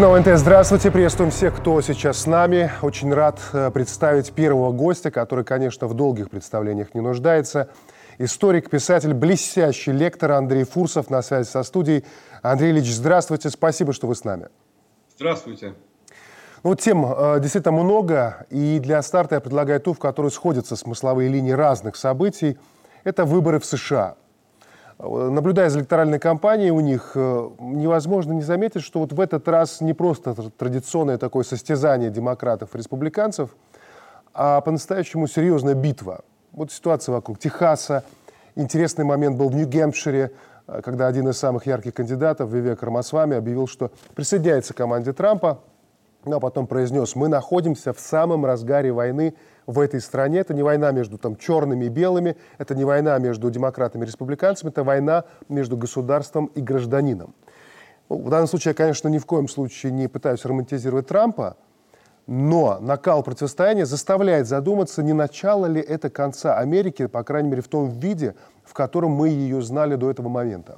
Журнал НТ, здравствуйте, приветствуем всех, кто сейчас с нами. Очень рад представить первого гостя, который, конечно, в долгих представлениях не нуждается. Историк, писатель, блестящий лектор Андрей Фурсов на связи со студией. Андрей Ильич, здравствуйте, спасибо, что вы с нами. Здравствуйте. Ну, тем действительно много, и для старта я предлагаю ту, в которой сходятся смысловые линии разных событий. Это выборы в США. Наблюдая за электоральной кампанией у них, невозможно не заметить, что вот в этот раз не просто традиционное такое состязание демократов и республиканцев, а по-настоящему серьезная битва. Вот ситуация вокруг Техаса. Интересный момент был в Нью-Гэмпшире, когда один из самых ярких кандидатов, Вивек Рамасвами, объявил, что присоединяется к команде Трампа, а потом произнес: мы находимся в самом разгаре войны в этой стране. Это не война между черными и белыми, это не война между демократами и республиканцами, это война между государством и гражданином. В данном случае я, конечно, ни в коем случае не пытаюсь романтизировать Трампа, но накал противостояния заставляет задуматься, не начало ли это конца Америки, по крайней мере в том виде, в котором мы ее знали до этого момента.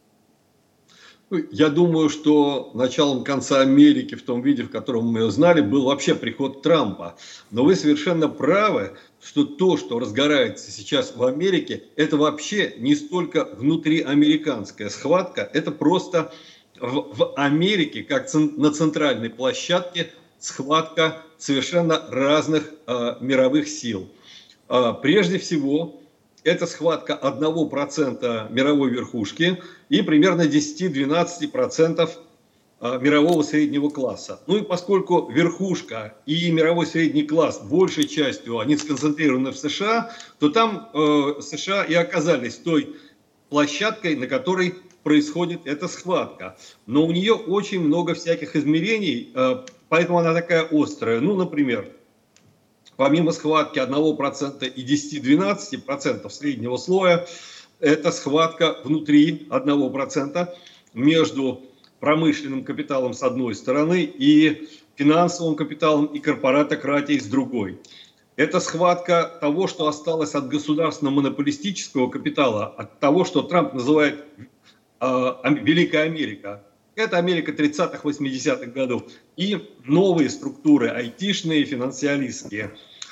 Я думаю, что началом конца Америки в том виде, в котором мы ее знали, был вообще приход Трампа. Но вы совершенно правы, что то, что разгорается сейчас в Америке, это вообще не столько внутриамериканская схватка, это просто в Америке, как на центральной площадке, схватка совершенно разных мировых сил. Прежде всего, это схватка 1% мировой верхушки и примерно 10-12% мирового среднего класса. Ну и поскольку верхушка и мировой средний класс большей частью они сконцентрированы в США, то там США и оказались той площадкой, на которой происходит эта схватка. Но у нее очень много всяких измерений, поэтому она такая острая. Ну, например, помимо схватки 1% и 10-12% среднего слоя, это схватка внутри 1% между промышленным капиталом с одной стороны и финансовым капиталом и корпоратократией с другой. Это схватка того, что осталось от государственно-монополистического капитала, от того, что Трамп называет Великая Америка. Это Америка 30-х, 80-х годов. И новые структуры, айтишные, финансиалистские.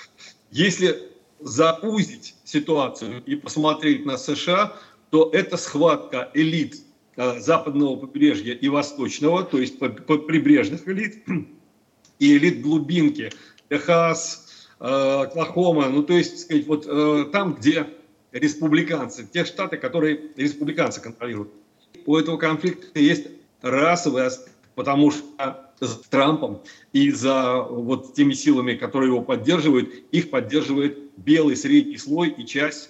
Если заузить ситуацию и посмотреть на США, то это схватка элит западного побережья и восточного, то есть прибрежных элит, и элит глубинки, Техас, Оклахома, ну то есть, сказать, вот там, где республиканцы, те штаты, которые республиканцы контролируют. У этого конфликта есть расовый аспект, потому что за Трампом и за вот теми силами, которые его поддерживают, их поддерживает белый средний слой и часть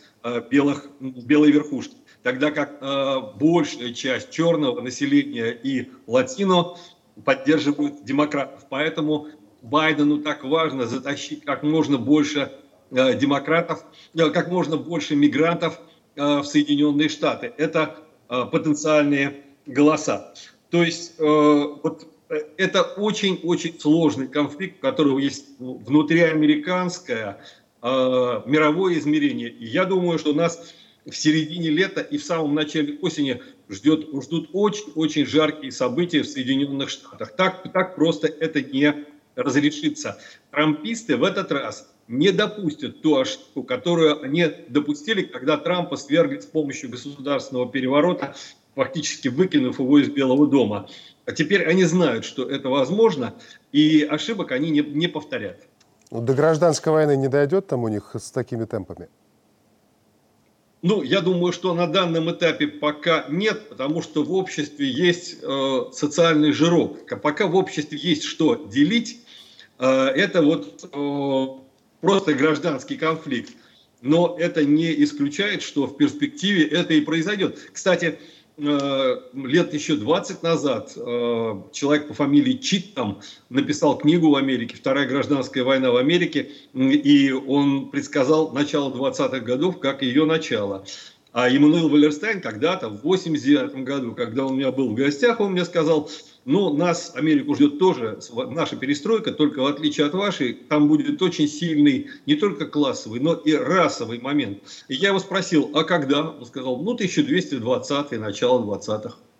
белой верхушки. Тогда как большая часть черного населения и латино поддерживают демократов. Поэтому Байдену так важно затащить как можно больше демократов, как можно больше мигрантов в Соединенные Штаты. Это потенциальные голоса. То есть вот это очень-очень сложный конфликт, у которого есть внутриамериканское мировое измерение. И я думаю, что нас в середине лета и в самом начале осени ждут очень-очень жаркие события в Соединенных Штатах. Так просто это не разрешится. Трамписты в этот раз не допустят ту ошибку, которую они допустили, когда Трампа свергли с помощью государственного переворота, фактически выкинув его из Белого дома. А теперь они знают, что это возможно, и ошибок они не повторят. До гражданской войны не дойдет там у них с такими темпами? Ну, я думаю, что на данном этапе пока нет, потому что в обществе есть социальный жирок. Пока в обществе есть что делить, это вот просто гражданский конфликт. Но это не исключает, что в перспективе это и произойдет. Кстати, лет еще 20 назад человек по фамилии Читтам написал книгу в Америке «Вторая гражданская война в Америке», и он предсказал начало 20-х годов как ее начало. А Эммануил Валерстайн когда-то, в 89 году, когда он у меня был в гостях, он мне сказал: ну, нас, Америку, ждет тоже наша перестройка, только в отличие от вашей, там будет очень сильный не только классовый, но и расовый момент. И я его спросил: а когда? Он сказал: ну, 1220-е, начало 20-х.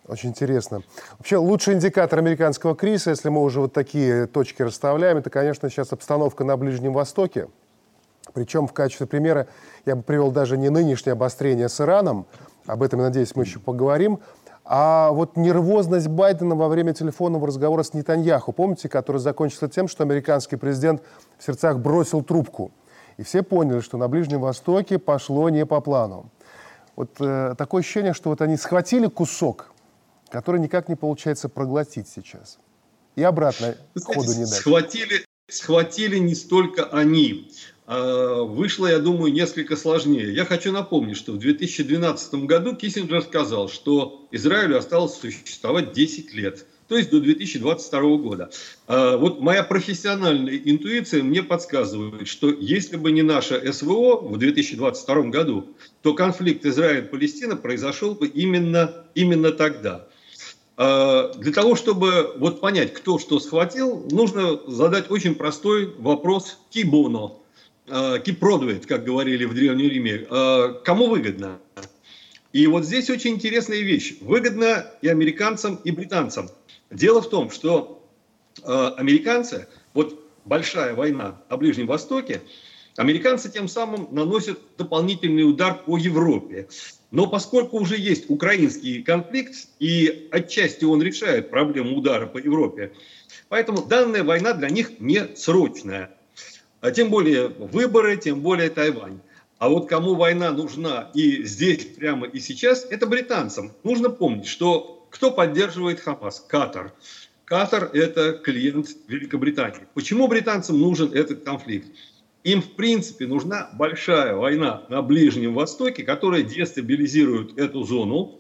Очень интересно. Вообще, лучший индикатор американского кризиса, если мы уже вот такие точки расставляем, это, конечно, сейчас обстановка на Ближнем Востоке. Причем в качестве примера я бы привел даже не нынешнее обострение с Ираном, об этом, надеюсь, мы еще поговорим, а вот нервозность Байдена во время телефонного разговора с Нетаньяху, помните, который закончился тем, что американский президент в сердцах бросил трубку. И все поняли, что на Ближнем Востоке пошло не по плану. Вот такое ощущение, что вот они схватили кусок, который никак не получается проглотить сейчас. И обратно ходу не дать. Схватили не столько они. Вышло, я думаю, несколько сложнее. Я хочу напомнить, что в 2012 году Киссинджер сказал, что Израилю осталось существовать 10 лет, то есть до 2022 года. Вот моя профессиональная интуиция мне подсказывает, что если бы не наше СВО в 2022 году, то конфликт Израиль-Палестина произошел бы именно тогда. Для того, чтобы вот понять, кто что схватил, нужно задать очень простой вопрос «ки боно?», «ки продует?», как говорили в Древнем Риме, кому выгодно. И вот здесь очень интересная вещь. Выгодно и американцам, и британцам. Дело в том, что американцы, вот большая война на Ближнем Востоке, американцы тем самым наносят дополнительный удар по Европе. Но поскольку уже есть украинский конфликт, и отчасти он решает проблему удара по Европе, поэтому данная война для них не срочная. А тем более выборы, тем более Тайвань. А вот кому война нужна и здесь, прямо и сейчас, это британцам. Нужно помнить, что кто поддерживает Хамас? Катар. Катар – это клиент Великобритании. Почему британцам нужен этот конфликт? Им, в принципе, нужна большая война на Ближнем Востоке, которая дестабилизирует эту зону.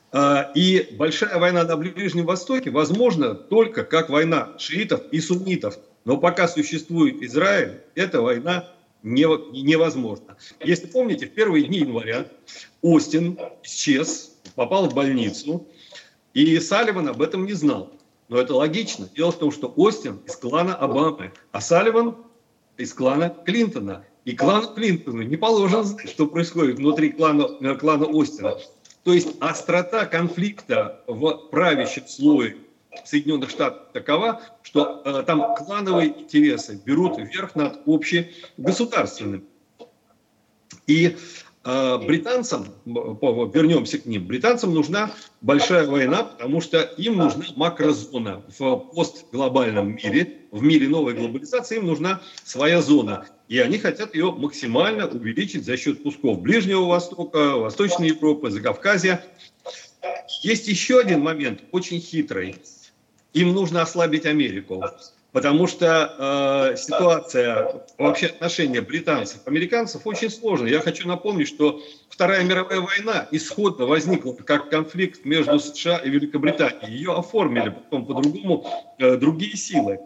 И большая война на Ближнем Востоке возможна только как война шиитов и суннитов. Но пока существует Израиль, эта война невозможна. Если помните, в первые дни января Остин исчез, попал в больницу, и Салливан об этом не знал. Но это логично. Дело в том, что Остин из клана Обамы, а Салливан из клана Клинтона. И клану Клинтона не положено знать, что происходит внутри клана Остина. То есть острота конфликта в правящем слое Соединенных Штатов такова, что там клановые интересы берут верх над общегосударственным. И британцам, вернемся к ним, британцам нужна большая война, потому что им нужна макрозона. В постглобальном мире, в мире новой глобализации, им нужна своя зона. И они хотят ее максимально увеличить за счет кусков Ближнего Востока, Восточной Европы, Закавказья. Есть еще один момент, очень хитрый. Им нужно ослабить Америку. Потому что ситуация, вообще отношения британцев и американцев очень сложная. Я хочу напомнить, что Вторая мировая война исходно возникла как конфликт между США и Великобританией. Ее оформили потом по-другому другие силы.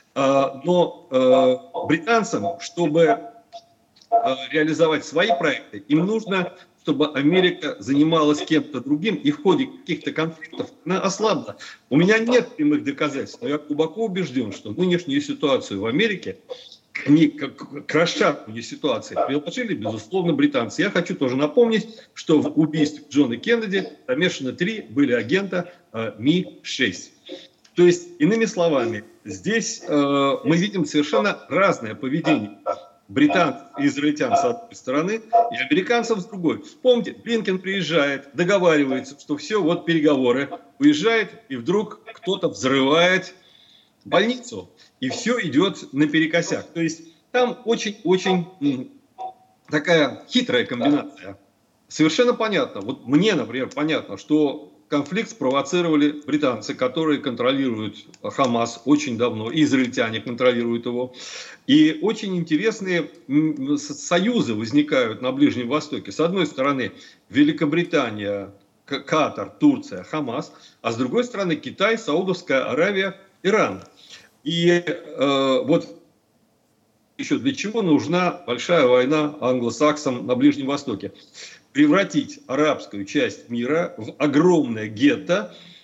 Но британцам, чтобы реализовать свои проекты, им нужно, чтобы Америка занималась кем-то другим, и в ходе каких-то конфликтов она ослабла. У меня нет прямых доказательств, но я глубоко убежден, что нынешнюю ситуацию в Америке, к расшатыванию ситуации, приложили, безусловно, британцы. Я хочу тоже напомнить, что в убийстве Джона Кеннеди замешаны 3 были агента Ми-6. То есть, иными словами, здесь мы видим совершенно разное поведение британцев и израильтян с одной стороны, и американцев с другой. Помните, Блинкен приезжает, договаривается, что все, вот переговоры, уезжает, и вдруг кто-то взрывает больницу, и все идет наперекосяк. То есть там очень-очень такая хитрая комбинация. Совершенно понятно, вот мне, например, понятно, что конфликт спровоцировали британцы, которые контролируют Хамас очень давно, и израильтяне контролируют его. И очень интересные союзы возникают на Ближнем Востоке. С одной стороны, Великобритания, Катар, Турция, Хамас, а с другой стороны, Китай, Саудовская Аравия, Иран. И вот еще для чего нужна большая война англосаксам на Ближнем Востоке? Превратить арабскую часть мира в огромное гетто,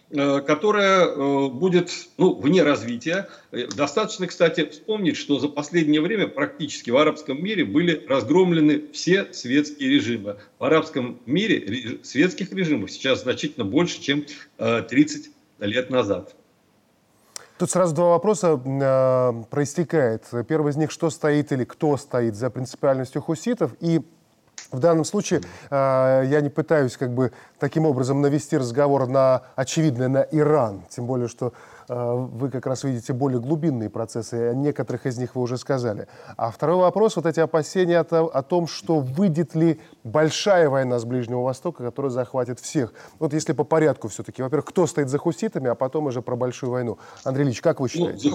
которая будет вне развития. Достаточно, кстати, вспомнить, что за последнее время практически в арабском мире были разгромлены все светские режимы. В арабском мире светских режимов сейчас значительно больше, чем 30 лет назад. Тут сразу два вопроса проистекает. Первый из них, что стоит или кто стоит за принципиальностью хуситов, и в данном случае я не пытаюсь таким образом навести разговор на очевидное, на Иран, тем более, что вы как раз видите более глубинные процессы, о некоторых из них вы уже сказали. А второй вопрос, вот эти опасения о том, что выйдет ли большая война с Ближнего Востока, которая захватит всех. Вот если по порядку все-таки. Во-первых, кто стоит за хуситами, а потом уже про большую войну. Андрей Ильич, как вы считаете?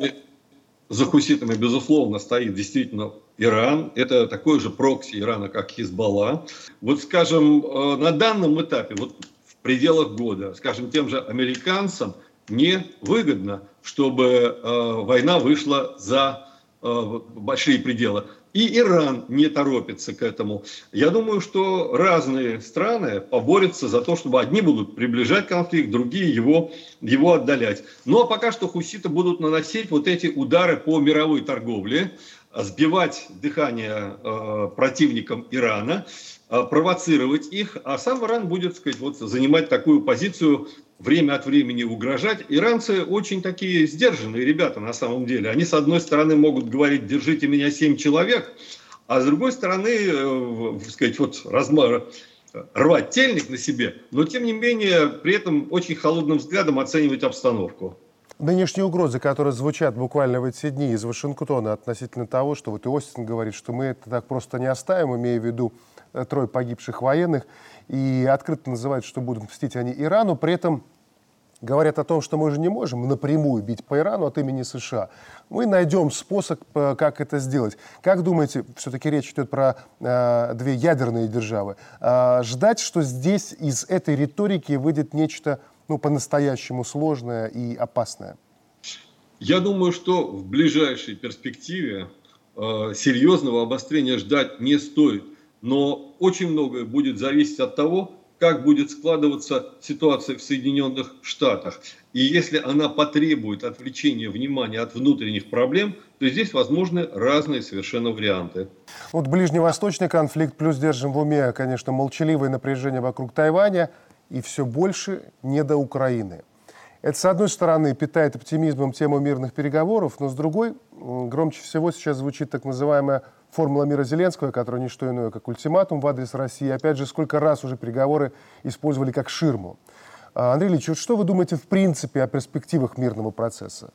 За хуситами, безусловно, стоит действительно Иран. Это такой же прокси Ирана, как Хизбалла. Вот, скажем, на данном этапе, вот в пределах года, скажем, тем же американцам не выгодно, чтобы война вышла за большие пределы. И Иран не торопится к этому. Я думаю, что разные страны поборются за то, чтобы одни будут приближать конфликт, другие его отдалять. Ну а пока что хуситы будут наносить вот эти удары по мировой торговле, сбивать дыхание противникам Ирана, провоцировать их, а сам Иран будет, так сказать, занимать такую позицию, время от времени угрожать. Иранцы очень такие сдержанные ребята на самом деле. Они с одной стороны могут говорить: держите меня 7 человек, а с другой стороны, так сказать, рвать тельник на себе, но тем не менее при этом очень холодным взглядом оценивать обстановку. Нынешние угрозы, которые звучат буквально в эти дни из Вашингтона относительно того, что вот и Остин говорит, что мы это так просто не оставим, имея в виду 3 погибших военных, и открыто называют, что будут мстить они Ирану, при этом говорят о том, что мы же не можем напрямую бить по Ирану от имени США. Мы найдем способ, как это сделать. Как думаете, все-таки речь идет про 2 ядерные державы, ждать, что здесь из этой риторики выйдет нечто по-настоящему сложное и опасное? Я думаю, что в ближайшей перспективе серьезного обострения ждать не стоит. Но очень многое будет зависеть от того, как будет складываться ситуация в Соединенных Штатах. И если она потребует отвлечения внимания от внутренних проблем, то здесь возможны разные совершенно варианты. Вот ближневосточный конфликт, плюс держим в уме, конечно, молчаливое напряжение вокруг Тайваня и все больше не до Украины. Это, с одной стороны, питает оптимизмом тему мирных переговоров, но с другой, громче всего сейчас звучит так называемая формула мира Зеленского, которая не что иное, как ультиматум в адрес России. Опять же, сколько раз уже переговоры использовали как ширму. Андрей Ильич, вот что вы думаете в принципе о перспективах мирного процесса?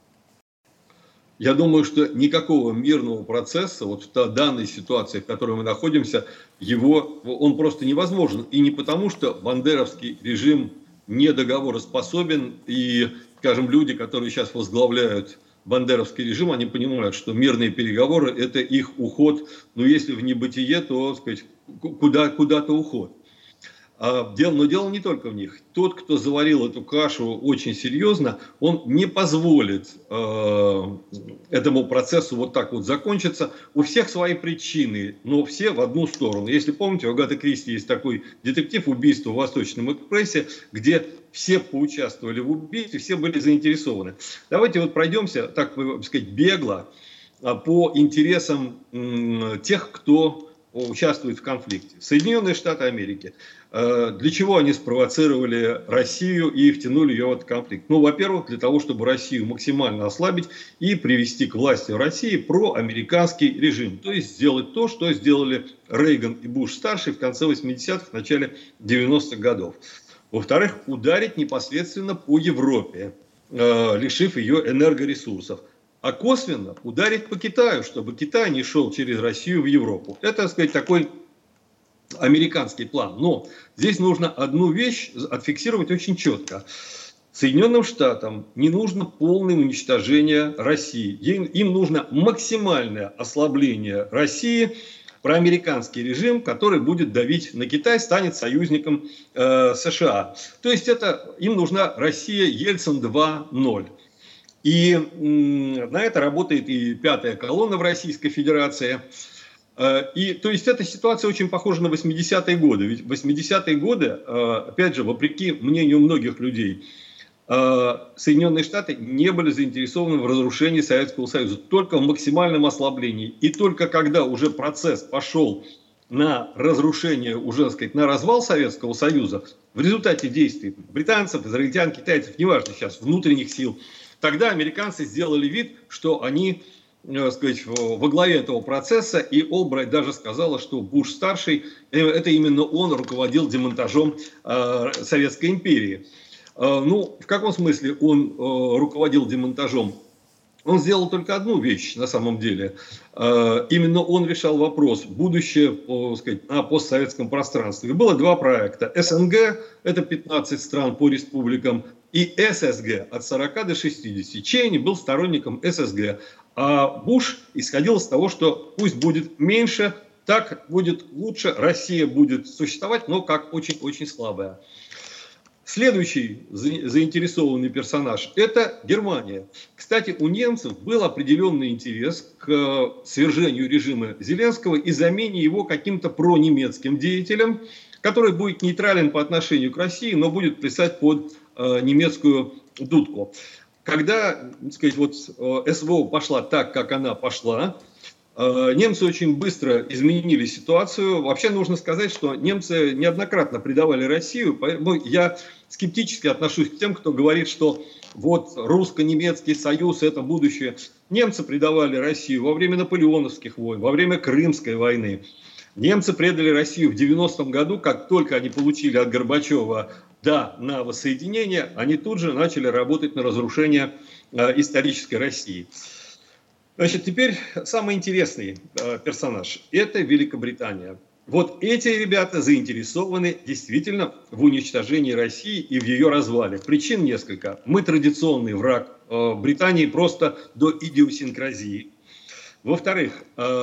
Я думаю, что никакого мирного процесса вот в данной ситуации, в которой мы находимся, он просто невозможен. И не потому, что бандеровский режим недоговороспособен, и, скажем, люди, которые сейчас возглавляют бандеровский режим, они понимают, что мирные переговоры – это их уход, но если в небытие, то, так сказать, куда-то уход. Но дело не только в них. Тот, кто заварил эту кашу очень серьезно, он не позволит этому процессу вот так вот закончиться. У всех свои причины, но все в одну сторону. Если помните, у Агаты Кристи есть такой детектив «Убийство в Восточном экспрессе», где все поучаствовали в убийстве, все были заинтересованы. Давайте вот пройдемся, так сказать, бегло по интересам тех, кто участвует в конфликте. Соединенные Штаты Америки. Для чего они спровоцировали Россию и втянули ее в этот конфликт? Ну, во-первых, для того, чтобы Россию максимально ослабить и привести к власти в России проамериканский режим. То есть сделать то, что сделали Рейган и Буш-старший в конце 80-х, начале 90-х годов. Во-вторых, ударить непосредственно по Европе, лишив ее энергоресурсов. А косвенно ударить по Китаю, чтобы Китай не шел через Россию в Европу. Это, так сказать, такой американский план. Но здесь нужно одну вещь отфиксировать очень четко. Соединенным Штатам не нужно полное уничтожение России. Им нужно максимальное ослабление России, проамериканский режим, который будет давить на Китай, станет союзником США. То есть им нужна Россия Ельцин 2.0. И на это работает и 5-я колонна в Российской Федерации. И, то есть, эта ситуация очень похожа на 80-е годы. Ведь в 80-е годы, опять же, вопреки мнению многих людей, Соединенные Штаты не были заинтересованы в разрушении Советского Союза, только в максимальном ослаблении. И только когда уже процесс пошел на разрушение, уже, так сказать, на развал Советского Союза, в результате действий британцев, израильтян, китайцев, неважно сейчас, внутренних сил, тогда американцы сделали вид, что они, так сказать, во главе этого процесса, и Олбрайт даже сказала, что Буш-старший, это именно он руководил демонтажом Советской империи. Ну, в каком смысле он руководил демонтажом? Он сделал только одну вещь на самом деле. Именно он решал вопрос будущее, так сказать, на постсоветском пространстве. Было два проекта. СНГ, это 15 стран по республикам, и ССГ от 40 до 60. Чейни был сторонником ССГ. А Буш исходил из того, что пусть будет меньше, так будет лучше, Россия будет существовать, но как очень-очень слабая. Следующий заинтересованный персонаж – это Германия. Кстати, у немцев был определенный интерес к свержению режима Зеленского и замене его каким-то пронемецким деятелем, который будет нейтрален по отношению к России, но будет плясать под немецкую дудку. Когда, так сказать, вот СВО пошла так, как она пошла, немцы очень быстро изменили ситуацию. Вообще нужно сказать, что немцы неоднократно предавали Россию. Поэтому я скептически отношусь к тем, кто говорит, что вот русско-немецкий союз – это будущее. Немцы предавали Россию во время наполеоновских войн, во время Крымской войны. Немцы предали Россию в 90-м году, как только они получили от Горбачева «да» на воссоединение, они тут же начали работать на разрушение исторической России. Значит, теперь самый интересный персонаж – это Великобритания. Вот эти ребята заинтересованы действительно в уничтожении России и в ее развале. Причин несколько. Мы традиционный враг Британии просто до идиосинкразии. Во-вторых,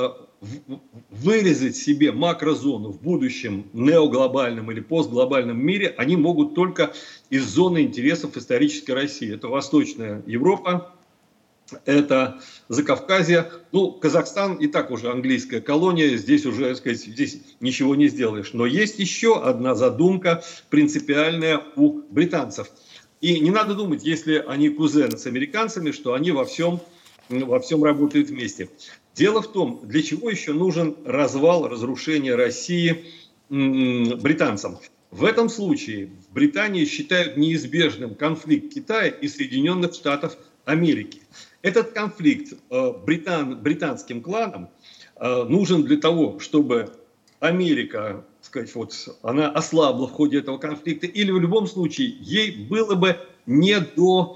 вырезать себе макрозону в будущем неоглобальном или постглобальном мире они могут только из зоны интересов исторической России. Это Восточная Европа, это Закавказье. Ну, Казахстан и так уже английская колония, здесь уже, так сказать, здесь ничего не сделаешь. Но есть еще одна задумка принципиальная у британцев. И не надо думать, если они кузены с американцами, что они во всем работают вместе. Дело в том, для чего еще нужен развал, разрушение России британцам. В этом случае в Британии считают неизбежным конфликт Китая и Соединенных Штатов Америки. Этот конфликт британским кланам нужен для того, чтобы Америка, так сказать, вот, она ослабла в ходе этого конфликта, или в любом случае ей было бы не до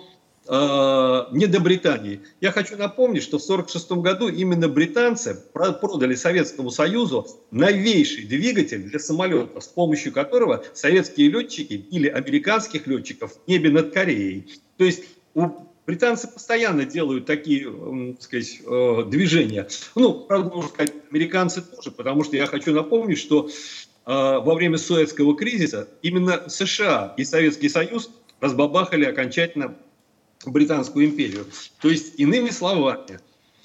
Британии. Я хочу напомнить, что в 1946 году именно британцы продали Советскому Союзу новейший двигатель для самолетов, с помощью которого советские летчики били американских летчиков в небе над Кореей. То есть британцы постоянно делают такие, так сказать, движения. Ну, правда, можно сказать, американцы тоже, потому что я хочу напомнить, что во время Суэцкого кризиса именно США и Советский Союз разбабахали окончательно Британскую империю. То есть, иными словами,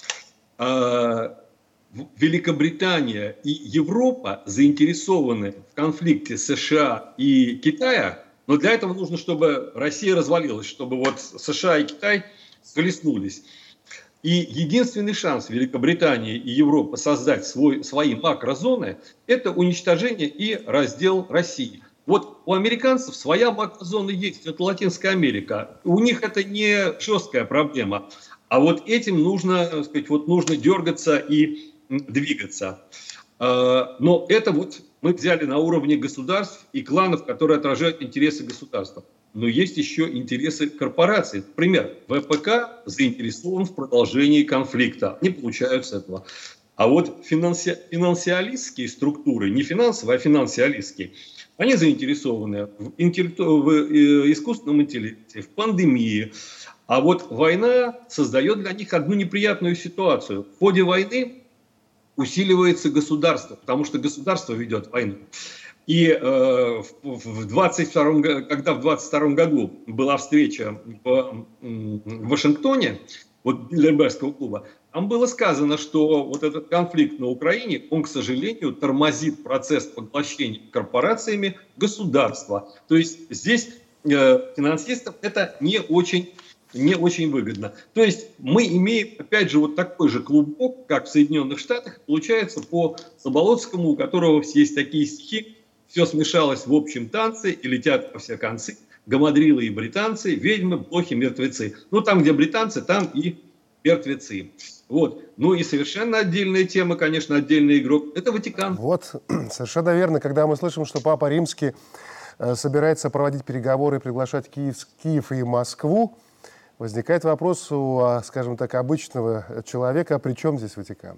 Великобритания и Европа заинтересованы в конфликте США и Китая, но для этого нужно, чтобы Россия развалилась, чтобы вот США и Китай схлестнулись. И единственный шанс Великобритании и Европы создать свои макрозоны – это уничтожение и раздел России. Вот у американцев своя макрозона есть, это Латинская Америка. У них это не жесткая проблема. А вот этим нужно, так сказать, вот нужно дергаться и двигаться. Но это вот мы взяли на уровне государств и кланов, которые отражают интересы государства. Но есть еще интересы корпораций. Например, ВПК заинтересован в продолжении конфликта. Они получают с этого. А вот финансиалистские структуры, не финансовые, а финансиалистские, они заинтересованы в искусственном интеллекте, в пандемии. А вот война создает для них одну неприятную ситуацию. В ходе войны усиливается государство, потому что государство ведет войну. И когда в 22 году была встреча в Вашингтоне, вот Бильдербергского клуба, Там было сказано, что вот этот конфликт на Украине, он, к сожалению, тормозит процесс поглощения корпорациями государства. То есть здесь финансистам это не очень выгодно. То есть мы имеем, опять же, вот такой же клубок, как в Соединенных Штатах, получается по Заболоцкому, у которого есть такие стихи: «Все смешалось в общем танце и летят во все концы, гамадрилы и британцы, ведьмы, блохи, мертвецы». Ну, там, где британцы, там и мертвецы. Вот. Ну и совершенно отдельная тема, конечно, отдельный игрок – это Ватикан. Вот, совершенно верно. Когда мы слышим, что Папа Римский собирается проводить переговоры, приглашать Киев и Москву, возникает вопрос у, скажем так, обычного человека: а при чем здесь Ватикан?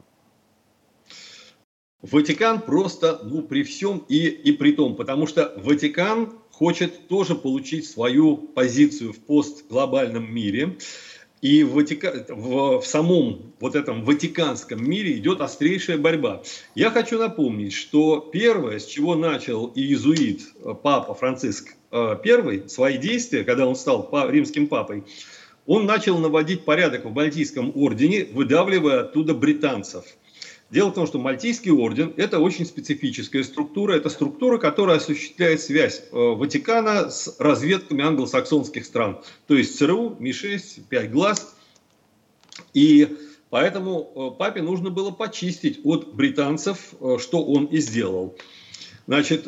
Ватикан просто, при всем и при том, потому что Ватикан хочет тоже получить свою позицию в постглобальном мире. И в самом вот этом ватиканском мире идет острейшая борьба. Я хочу напомнить, что первое, с чего начал иезуит Папа Франциск I свои действия, когда он стал римским папой, он начал наводить порядок в Мальтийском ордене, выдавливая оттуда британцев. Дело в том, что Мальтийский орден – это очень специфическая структура. Это структура, которая осуществляет связь Ватикана с разведками англосаксонских стран. То есть ЦРУ, Ми-6, 5 глаз. И поэтому папе нужно было почистить от британцев, что он и сделал. Значит,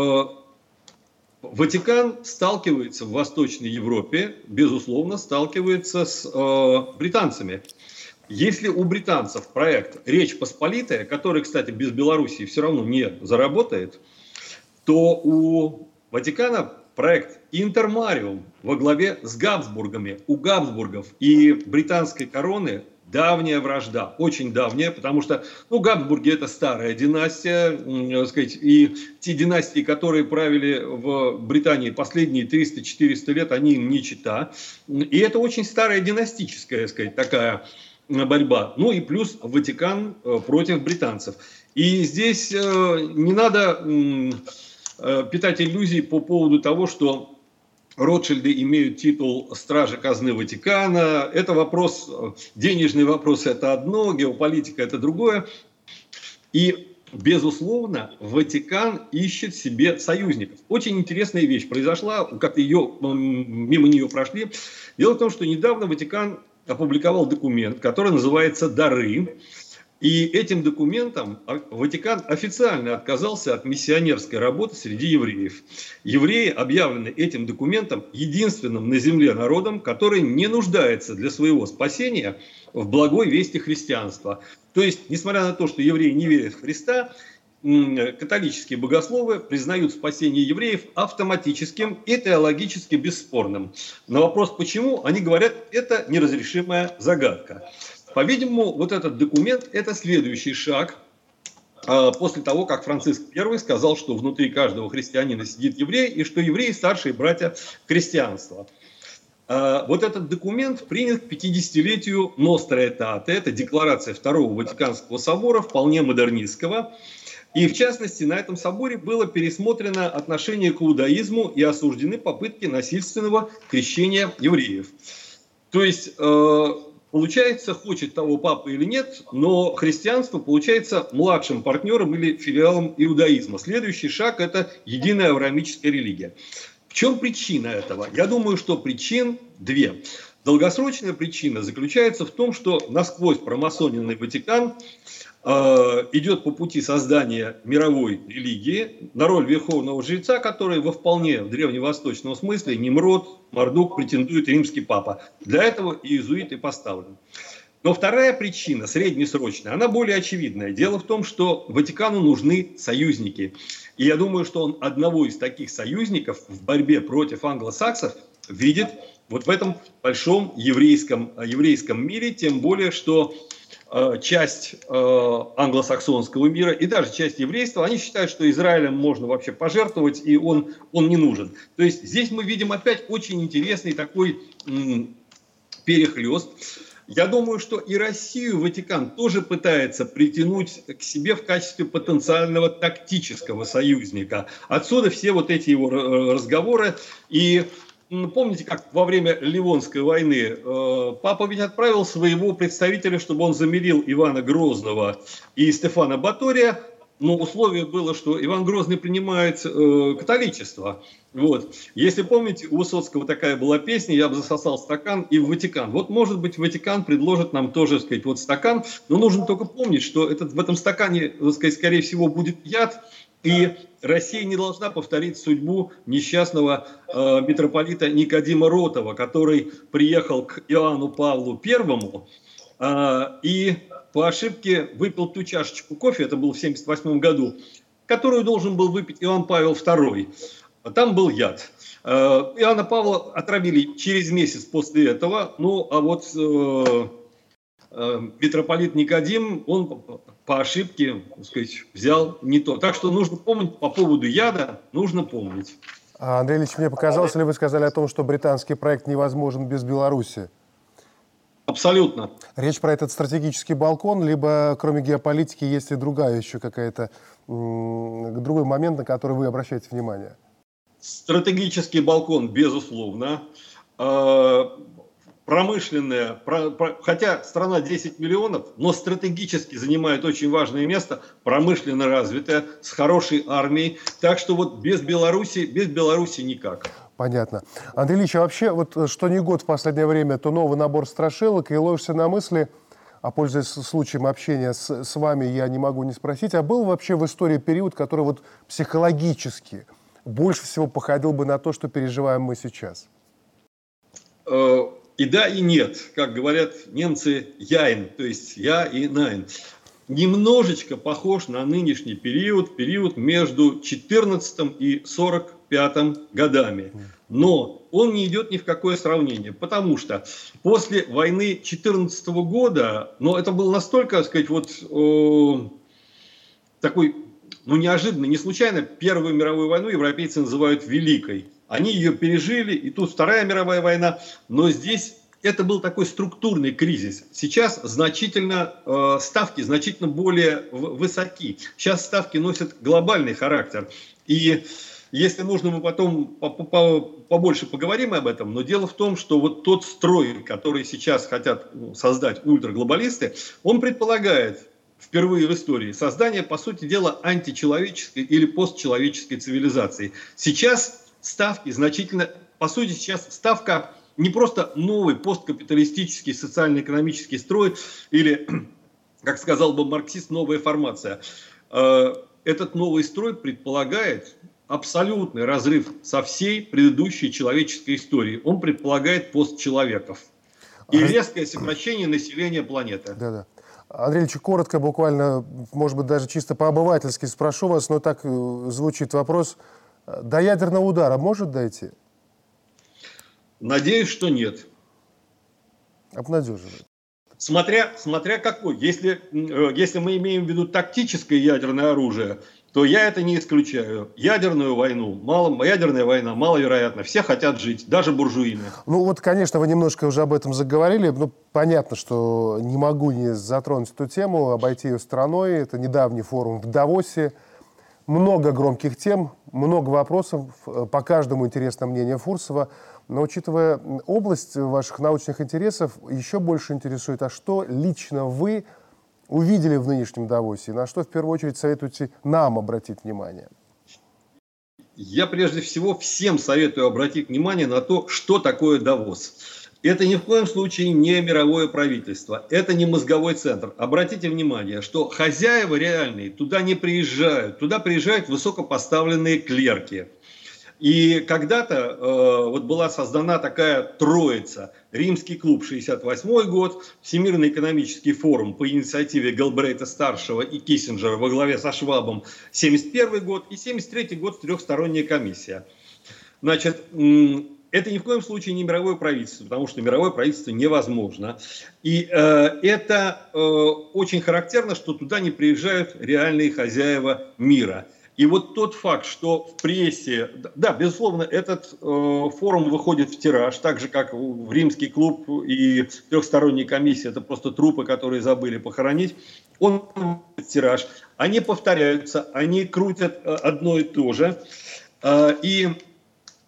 Ватикан сталкивается в Восточной Европе, безусловно, сталкивается с британцами. Если у британцев проект «Речь Посполитая», который, кстати, без Белоруссии все равно не заработает, то у Ватикана проект «Интермариум» во главе с Габсбургами. У Габсбургов и британской короны давняя вражда, очень давняя, потому что Габсбурги – это старая династия, и те династии, которые правили в Британии последние 300-400 лет, они им не чета. И это очень старая династическая, такая борьба. Ну и плюс Ватикан против британцев. И здесь не надо питать иллюзий по поводу того, что Ротшильды имеют титул стражи казны Ватикана. Это вопрос, денежный вопрос – это одно, геополитика – это другое. И, безусловно, Ватикан ищет себе союзников. Очень интересная вещь произошла, как мимо нее прошли. Дело в том, что недавно Ватикан опубликовал документ, который называется «Дары». И этим документом Ватикан официально отказался от миссионерской работы среди евреев. Евреи объявлены этим документом единственным на земле народом, который не нуждается для своего спасения в благой вести христианства. То есть, несмотря на то, что евреи не верят в Христа, католические богословы признают спасение евреев автоматическим и теологически бесспорным. На вопрос «почему?» они говорят, это неразрешимая загадка. По-видимому, вот этот документ – это следующий шаг после того, как Франциск I сказал, что внутри каждого христианина сидит еврей, и что евреи – старшие братья христианства. Вот этот документ принят к 50-летию Ностра Аэтате, это декларация Второго Ватиканского собора, вполне модернистского. И в частности, на этом соборе было пересмотрено отношение к иудаизму и осуждены попытки насильственного крещения евреев. То есть, получается, хочет того папа или нет, но христианство получается младшим партнером или филиалом иудаизма. Следующий шаг – это единая авраамическая религия. В чем причина этого? Я думаю, что причин две. Долгосрочная причина заключается в том, что насквозь промасоненный Ватикан идет по пути создания мировой религии на роль верховного жреца, который во вполне древневосточном смысле Нимрод, Мардук претендует римский папа. Для этого иезуит и поставлен. Но вторая причина, среднесрочная, она более очевидная. Дело в том, что Ватикану нужны союзники. И я думаю, что он одного из таких союзников в борьбе против англосаксов видит вот в этом большом еврейском мире, тем более, что часть англосаксонского мира и даже часть еврейства, они считают, что Израилем можно вообще пожертвовать, и он не нужен. То есть здесь мы видим опять очень интересный такой перехлест. Я думаю, что и Россию Ватикан тоже пытается притянуть к себе в качестве потенциального тактического союзника. Отсюда все вот эти его разговоры. И помните, как во время Ливонской войны папа ведь отправил своего представителя, чтобы он замирил Ивана Грозного и Стефана Батория, но условие было, что Иван Грозный принимает католичество. Вот. Если помните, у Высоцкого такая была песня «Я бы засосал стакан и в Ватикан». Вот, может быть, Ватикан предложит нам тоже, так сказать, вот стакан, но нужно только помнить, что в этом стакане, так сказать, скорее всего, будет яд, и Россия не должна повторить судьбу несчастного митрополита Никодима Ротова, который приехал к Иоанну Павлу I и по ошибке выпил ту чашечку кофе, это было в 1978 году, которую должен был выпить Иоанн Павел II. Там был яд. Иоанна Павла отравили через месяц после этого, ну а вот митрополит Никодим, он по ошибке, так сказать, взял не то. Так что нужно помнить по поводу яда, нужно помнить. Андрей Ильич, мне показалось, или вы сказали о том, что британский проект невозможен без Беларуси? Абсолютно. Речь про этот стратегический балкон, либо кроме геополитики есть ли другая еще какая-то, другой момент, на который вы обращаете внимание? Стратегический балкон, безусловно. Промышленная, хотя страна 10 миллионов, но стратегически занимает очень важное место, промышленно развитая, с хорошей армией. Так что вот без Беларуси никак. Понятно. Андрей Ильич, а вообще, вот что ни год в последнее время, то новый набор страшилок, и ловишься на мысли, а пользуясь случаем общения с вами, я не могу не спросить, а был вообще в истории период, который вот психологически больше всего походил бы на то, что переживаем мы сейчас? И да, и нет. Как говорят немцы, яйн, то есть я и найн. Немножечко похож на нынешний период между 14 и 45 годами. Но он не идет ни в какое сравнение, потому что после войны 14 года, но это был настолько, так сказать, вот такой, неожиданно, не случайно, Первую мировую войну европейцы называют Великой. Они ее пережили, и тут Вторая мировая война, но здесь это был такой структурный кризис. Сейчас ставки значительно более высоки. Сейчас ставки носят глобальный характер. И если нужно, мы потом побольше поговорим об этом, но дело в том, что вот тот строй, который сейчас хотят создать ультраглобалисты, он предполагает впервые в истории создание, по сути дела, античеловеческой или постчеловеческой цивилизации. Сейчас ставки значительно, по сути, сейчас ставка не просто новый посткапиталистический социально-экономический строй или, как сказал бы марксист, новая формация. Этот новый строй предполагает абсолютный разрыв со всей предыдущей человеческой историей. Он предполагает постчеловеков и резкое сокращение населения планеты. Да-да. Андрей Ильич, коротко, буквально, может быть, даже чисто по-обывательски спрошу вас, но так звучит вопрос. До ядерного удара может дойти? Надеюсь, что нет. Обнадеживает. Смотря какой. Если мы имеем в виду тактическое ядерное оружие, то я это не исключаю. Ядерная война маловероятна. Все хотят жить, даже буржуины. Ну вот, конечно, вы немножко уже об этом заговорили. Ну, понятно, что не могу не затронуть эту тему, обойти ее стороной. Это недавний форум в Давосе. Много громких тем, много вопросов. По каждому интересно мнение Фурсова. Но учитывая область ваших научных интересов, еще больше интересует, а что лично вы увидели в нынешнем Давосе, на что в первую очередь советуете нам обратить внимание? Я прежде всего всем советую обратить внимание на то, что такое Давос. Это ни в коем случае не мировое правительство, это не мозговой центр. Обратите внимание, что хозяева реальные туда не приезжают, туда приезжают высокопоставленные клерки. И когда-то вот была создана такая троица. Римский клуб 68 год, Всемирный экономический форум по инициативе Гэлбрейта-старшего и Киссинджера во главе со Швабом 71 год и 73 год трехсторонняя комиссия. Значит, это ни в коем случае не мировое правительство, потому что мировое правительство невозможно. И это очень характерно, что туда не приезжают реальные хозяева мира. И вот тот факт, что в прессе, да, безусловно, этот форум выходит в тираж, так же, как в Римский клуб и трехсторонняя комиссия, это просто трупы, которые забыли похоронить, он выходит в тираж. Они повторяются, они крутят одно и то же. И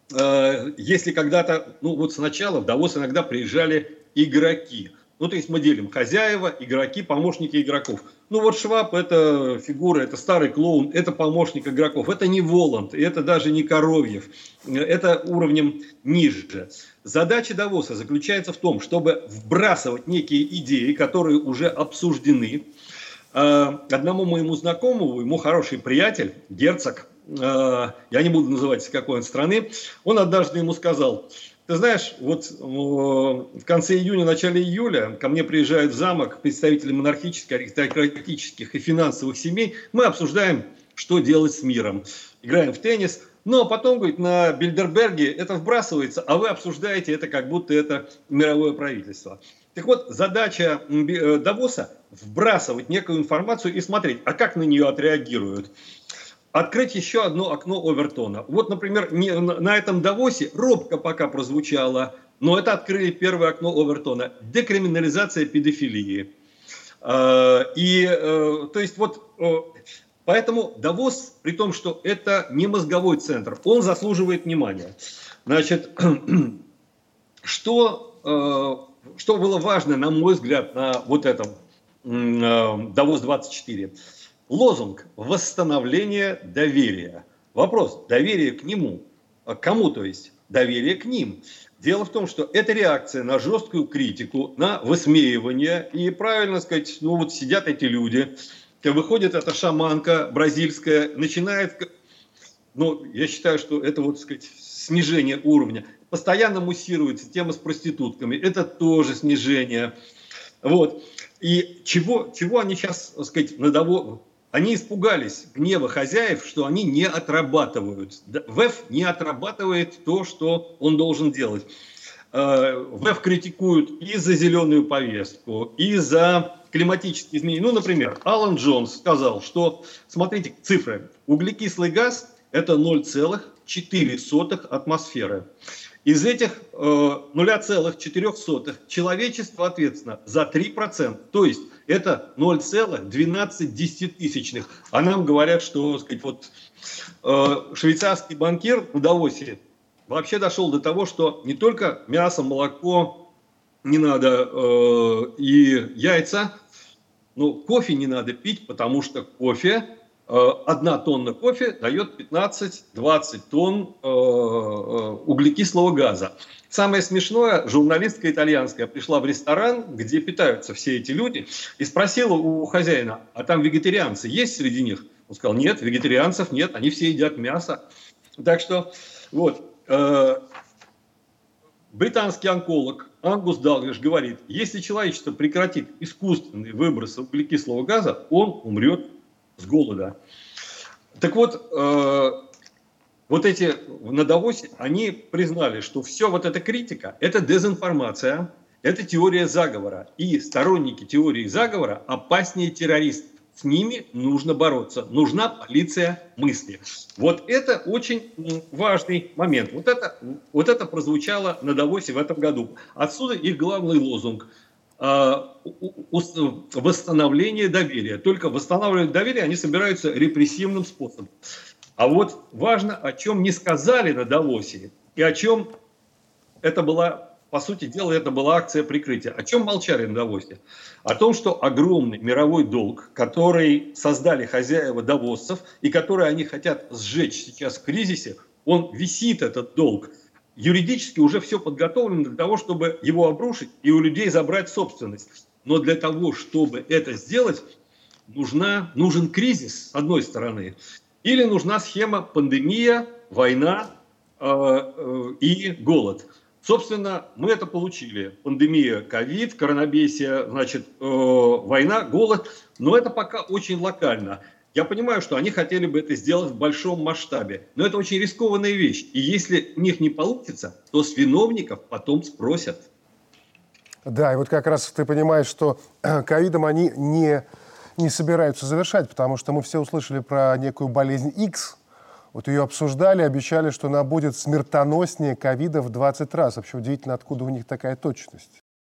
если когда-то, ну вот сначала в Давос иногда приезжали игроки. Ну, то есть мы делим хозяева, игроки, помощники игроков. Ну, вот Шваб – это фигура, это старый клоун, это помощник игроков. Это не Воланд, это даже не Коровьев. Это уровнем ниже. Задача Давоса заключается в том, чтобы вбрасывать некие идеи, которые уже обсуждены. Одному моему знакомому, ему хороший приятель, герцог, я не буду называть, из какой он страны, он однажды ему сказал: ты знаешь, вот в конце июня, начале июля ко мне приезжают в замок представители монархических, аристократических и финансовых семей. Мы обсуждаем, что делать с миром. Играем в теннис. Но потом, говорит, на Бильдерберге это вбрасывается, а вы обсуждаете это, как будто это мировое правительство. Так вот, задача Давоса – вбрасывать некую информацию и смотреть, а как на нее отреагируют. Открыть еще одно окно Овертона. Вот, например, на этом Давосе робко пока прозвучало, но это открыли первое окно Овертона. Декриминализация педофилии. То есть вот, поэтому Давос, при том, что это не мозговой центр, он заслуживает внимания. Значит, что было важно, на мой взгляд, на вот этом Давос-24? Лозунг «Восстановление доверия». Вопрос: доверие к нему. К кому, то есть? Доверие к ним. Дело в том, что это реакция на жесткую критику, на высмеивание. И правильно сказать, ну вот сидят эти люди, выходит эта шаманка бразильская, начинает, ну я считаю, что это вот, сказать, снижение уровня. Постоянно муссируется тема с проститутками, это тоже снижение. Вот. И чего они сейчас, так сказать, они испугались гнева хозяев, что они не отрабатывают. ВЭФ не отрабатывает то, что он должен делать. ВЭФ критикуют и за зеленую повестку, и за климатические изменения. Ну, например, Алан Джонс сказал, что, смотрите, цифры. Углекислый газ – это 0,4 атмосферы. Из этих 0,4 человечество ответственно за 3%. То есть это 0,12. А нам говорят, что, сказать, вот, швейцарский банкир в Давосе вообще дошел до того, что не только мясо, молоко не надо и яйца, но кофе не надо пить, потому что кофе, 1 тонна кофе дает 15-20 тонн углекислого газа. Самое смешное, журналистка итальянская пришла в ресторан, где питаются все эти люди, и спросила у хозяина: а там вегетарианцы есть среди них? Он сказал: нет, вегетарианцев нет, они все едят мясо. Так что вот, британский онколог Ангус Далглиш говорит: если человечество прекратит искусственные выбросы углекислого газа, он умрет с голода. Так вот, вот эти на Давосе, они признали, что все вот эта критика – это дезинформация, это теория заговора. И сторонники теории заговора опаснее террористов. С ними нужно бороться. Нужна полиция мысли. Вот это очень важный момент. Вот это прозвучало на Давосе в этом году. Отсюда их главный лозунг – восстановление доверия. Только восстанавливать доверие они собираются репрессивным способом. А вот важно, о чем не сказали на Давосе, и о чем это была, по сути дела, это была акция прикрытия. О чем молчали на Давосе? О том, что огромный мировой долг, который создали хозяева давоссов, и который они хотят сжечь сейчас в кризисе, он висит, этот долг. Юридически уже все подготовлено для того, чтобы его обрушить и у людей забрать собственность. Но для того, чтобы это сделать, нужен кризис, с одной стороны, или нужна схема пандемия, война и голод. Собственно, мы это получили. Пандемия, ковид, коронабесие, значит, война, голод. Но это пока очень локально. Я понимаю, что они хотели бы это сделать в большом масштабе, но это очень рискованная вещь. И если у них не получится, то с виновников потом спросят. Да, и вот как раз ты понимаешь, что ковидом они не собираются завершать, потому что мы все услышали про некую болезнь X. Вот ее обсуждали, обещали, что она будет смертоноснее ковида в 20 раз. Вообще удивительно, откуда у них такая точность.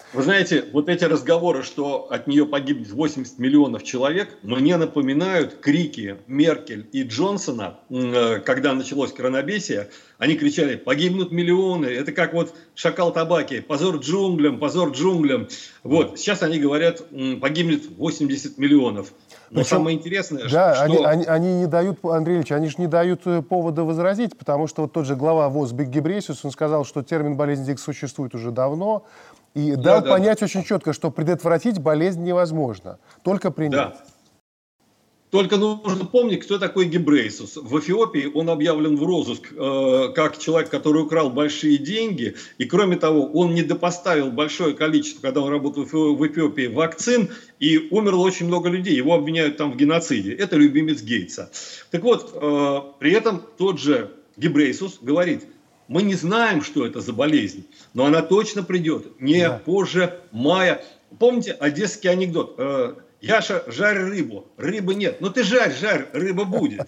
Вы знаете, вот эти разговоры, что от нее погибнет 80 миллионов человек, мне напоминают крики Меркель и Джонсона, когда началось коронабесие. Они кричали: погибнут миллионы. Это как вот шакал табаки: позор джунглям, позор джунглям. Вот, сейчас они говорят: погибнет 80 миллионов. Но Причем, самое интересное, да, что... они не дают, Андрей Ильич, они же не дают повода возразить, потому что вот тот же глава ВОЗ Гебрейесус, он сказал, что термин болезнь Дикс существует уже давно, и дал понять очень четко, что предотвратить болезнь невозможно, только принять. Да. Только нужно помнить, кто такой Гебрейесус. В Эфиопии он объявлен в розыск как человек, который украл большие деньги. И кроме того, он недопоставил большое количество, когда он работал в Эфиопии, вакцин. И умерло очень много людей. Его обвиняют там в геноциде. Это любимец Гейтса. Так вот, при этом тот же Гебрейесус говорит: мы не знаем, что это за болезнь, но она точно придет не позже мая. Помните одесский анекдот? Яша, жарь рыбу. Рыбы нет. Но ты жарь, рыба будет.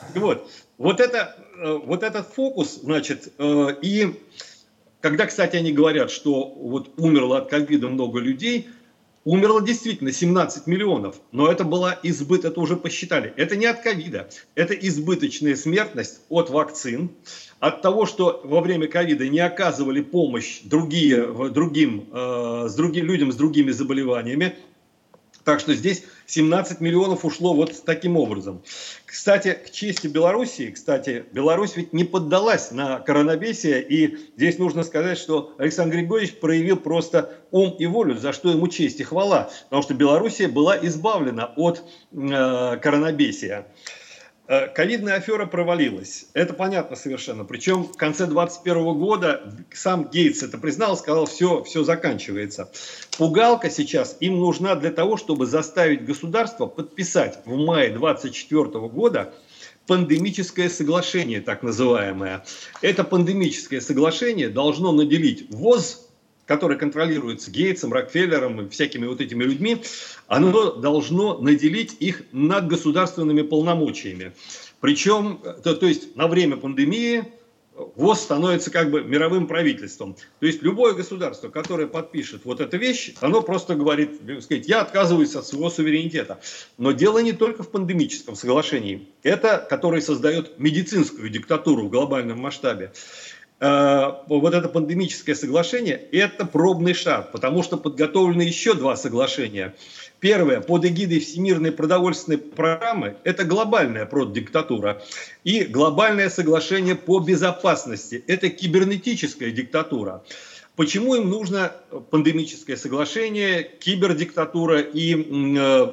Вот этот фокус, значит, и когда, кстати, они говорят, что вот умерло от ковида много людей, умерло действительно 17 миллионов, но это была это уже посчитали. Это не от ковида, это избыточная смертность от вакцин, от того, что во время ковида не оказывали помощь людям с другими заболеваниями. Так что здесь 17 миллионов ушло вот таким образом. Кстати, к чести Белоруссии, Беларусь ведь не поддалась на коронабесие, и здесь нужно сказать, что Александр Григорьевич проявил просто ум и волю, за что ему честь и хвала, потому что Белоруссия была избавлена от коронабесия. Ковидная афера провалилась. Это понятно совершенно. Причем в конце 2021 года сам Гейтс это признал, сказал: все заканчивается. Пугалка сейчас им нужна для того, чтобы заставить государство подписать в мае 2024 года пандемическое соглашение, так называемое. Это пандемическое соглашение должно наделить ВОЗ, который контролируется Гейтсом, Рокфеллером и всякими вот этими людьми, оно должно наделить их над государственными полномочиями. Причем, то есть на время пандемии ВОЗ становится как бы мировым правительством. То есть любое государство, которое подпишет вот эту вещь, оно просто говорит: я отказываюсь от своего суверенитета. Но дело не только в пандемическом соглашении. Это, которое создает медицинскую диктатуру в глобальном масштабе. Вот это пандемическое соглашение – это пробный шаг, потому что подготовлены еще два соглашения. Первое, под эгидой Всемирной продовольственной программы, это глобальная продиктатура. И глобальное соглашение по безопасности – это кибернетическая диктатура. Почему им нужно пандемическое соглашение, кибердиктатура и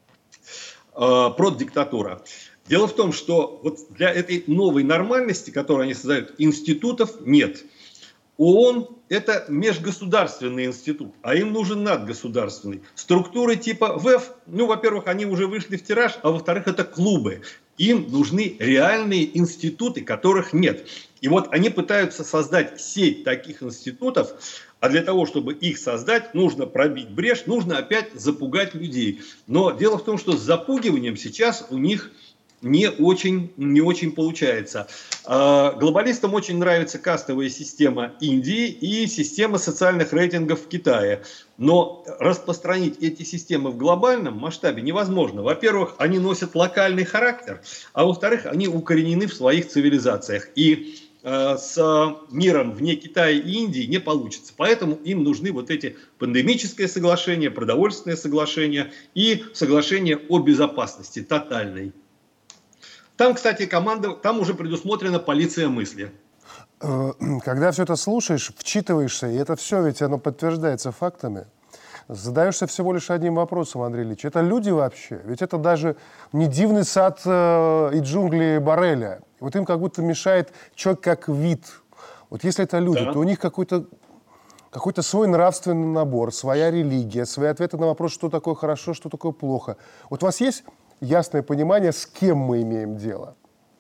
продиктатура? Дело в том, что вот для этой новой нормальности, которую они создают, институтов нет. ООН – это межгосударственный институт, а им нужен надгосударственный. Структуры типа ВЭФ, во-первых, они уже вышли в тираж, а во-вторых, это клубы. Им нужны реальные институты, которых нет. И вот они пытаются создать сеть таких институтов, а для того, чтобы их создать, нужно пробить брешь, нужно опять запугать людей. Но дело в том, что с запугиванием сейчас у них не очень получается. Глобалистам очень нравится кастовая система Индии и система социальных рейтингов в Китае. Но распространить эти системы в глобальном масштабе невозможно. Во-первых, они носят локальный характер, а во-вторых, они укоренены в своих цивилизациях. И с миром вне Китая и Индии не получится. Поэтому им нужны вот эти пандемическое соглашение, продовольственное соглашение и соглашение о безопасности тотальной. Там, кстати, там уже предусмотрена полиция мысли. Когда все это слушаешь, вчитываешься, и это все ведь оно подтверждается фактами, задаешься всего лишь одним вопросом, Андрей Ильич. Это люди вообще? Ведь это даже не дивный сад и джунгли Борреля. Вот им как будто мешает человек как вид. Вот если это люди, то у них какой-то свой нравственный набор, своя религия, свои ответы на вопрос, что такое хорошо, что такое плохо. Вот у вас есть ясное понимание, с кем мы имеем дело?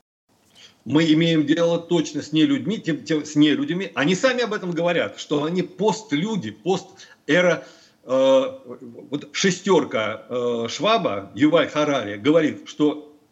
Мы имеем дело точно с нелюдьми, с нелюдями. Они сами об этом говорят, что они постлюди, постэра. Вот шестерка Шваба, Юваль Харари, говорит, что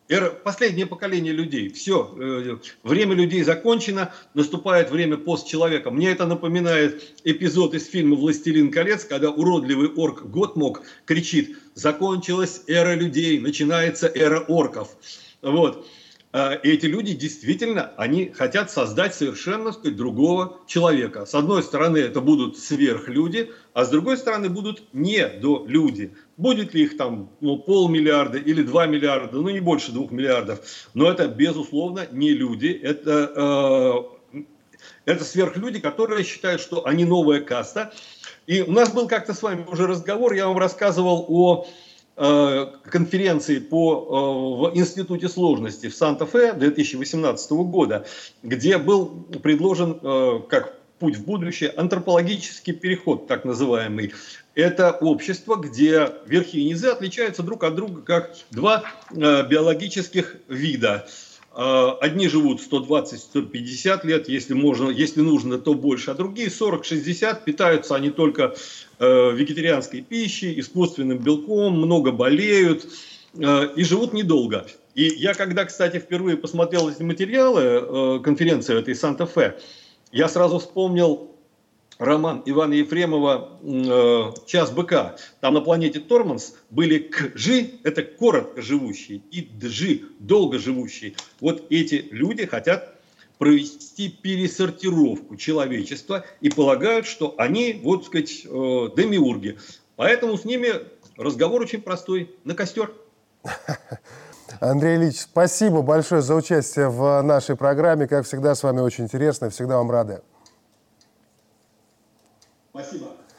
последнее поколение людей. Все, время людей закончено, наступает время постчеловека. Мне это напоминает эпизод из фильма «Властелин колец», когда уродливый орк Готмок кричит: «Закончилась эра людей, начинается эра орков». Вот. И эти люди действительно, они хотят создать совершенно, так сказать, другого человека. С одной стороны, это будут сверхлюди, а с другой стороны, будут недолюди. Будет ли их там 500 миллиарда или 2 миллиарда, не больше 2 миллиардов, но это, безусловно, не люди. Это сверхлюди, которые считают, что они новая каста. И у нас был как-то с вами уже разговор, я вам рассказывал о конференции в Институте сложности в Санта-Фе 2018 года, где был предложен как путь в будущее антропологический переход, так называемый. Это общество, где верхи и низы отличаются друг от друга как два биологических вида. Одни живут 120-150 лет, если нужно, то больше, а другие 40-60, питаются они только вегетарианской пищей, искусственным белком, много болеют и живут недолго. И я, когда, кстати, впервые посмотрел эти материалы конференции этой Санта-Фе, я сразу вспомнил роман Ивана Ефремова «Час быка». Там на планете Торманс были кжи, это коротко живущие, и джи, долго живущие. Вот эти люди хотят провести пересортировку человечества и полагают, что они, вот сказать, демиурги. Поэтому с ними разговор очень простой: на костер. Андрей Ильич, спасибо большое за участие в нашей программе. Как всегда, с вами очень интересно, всегда вам рады. Спасибо.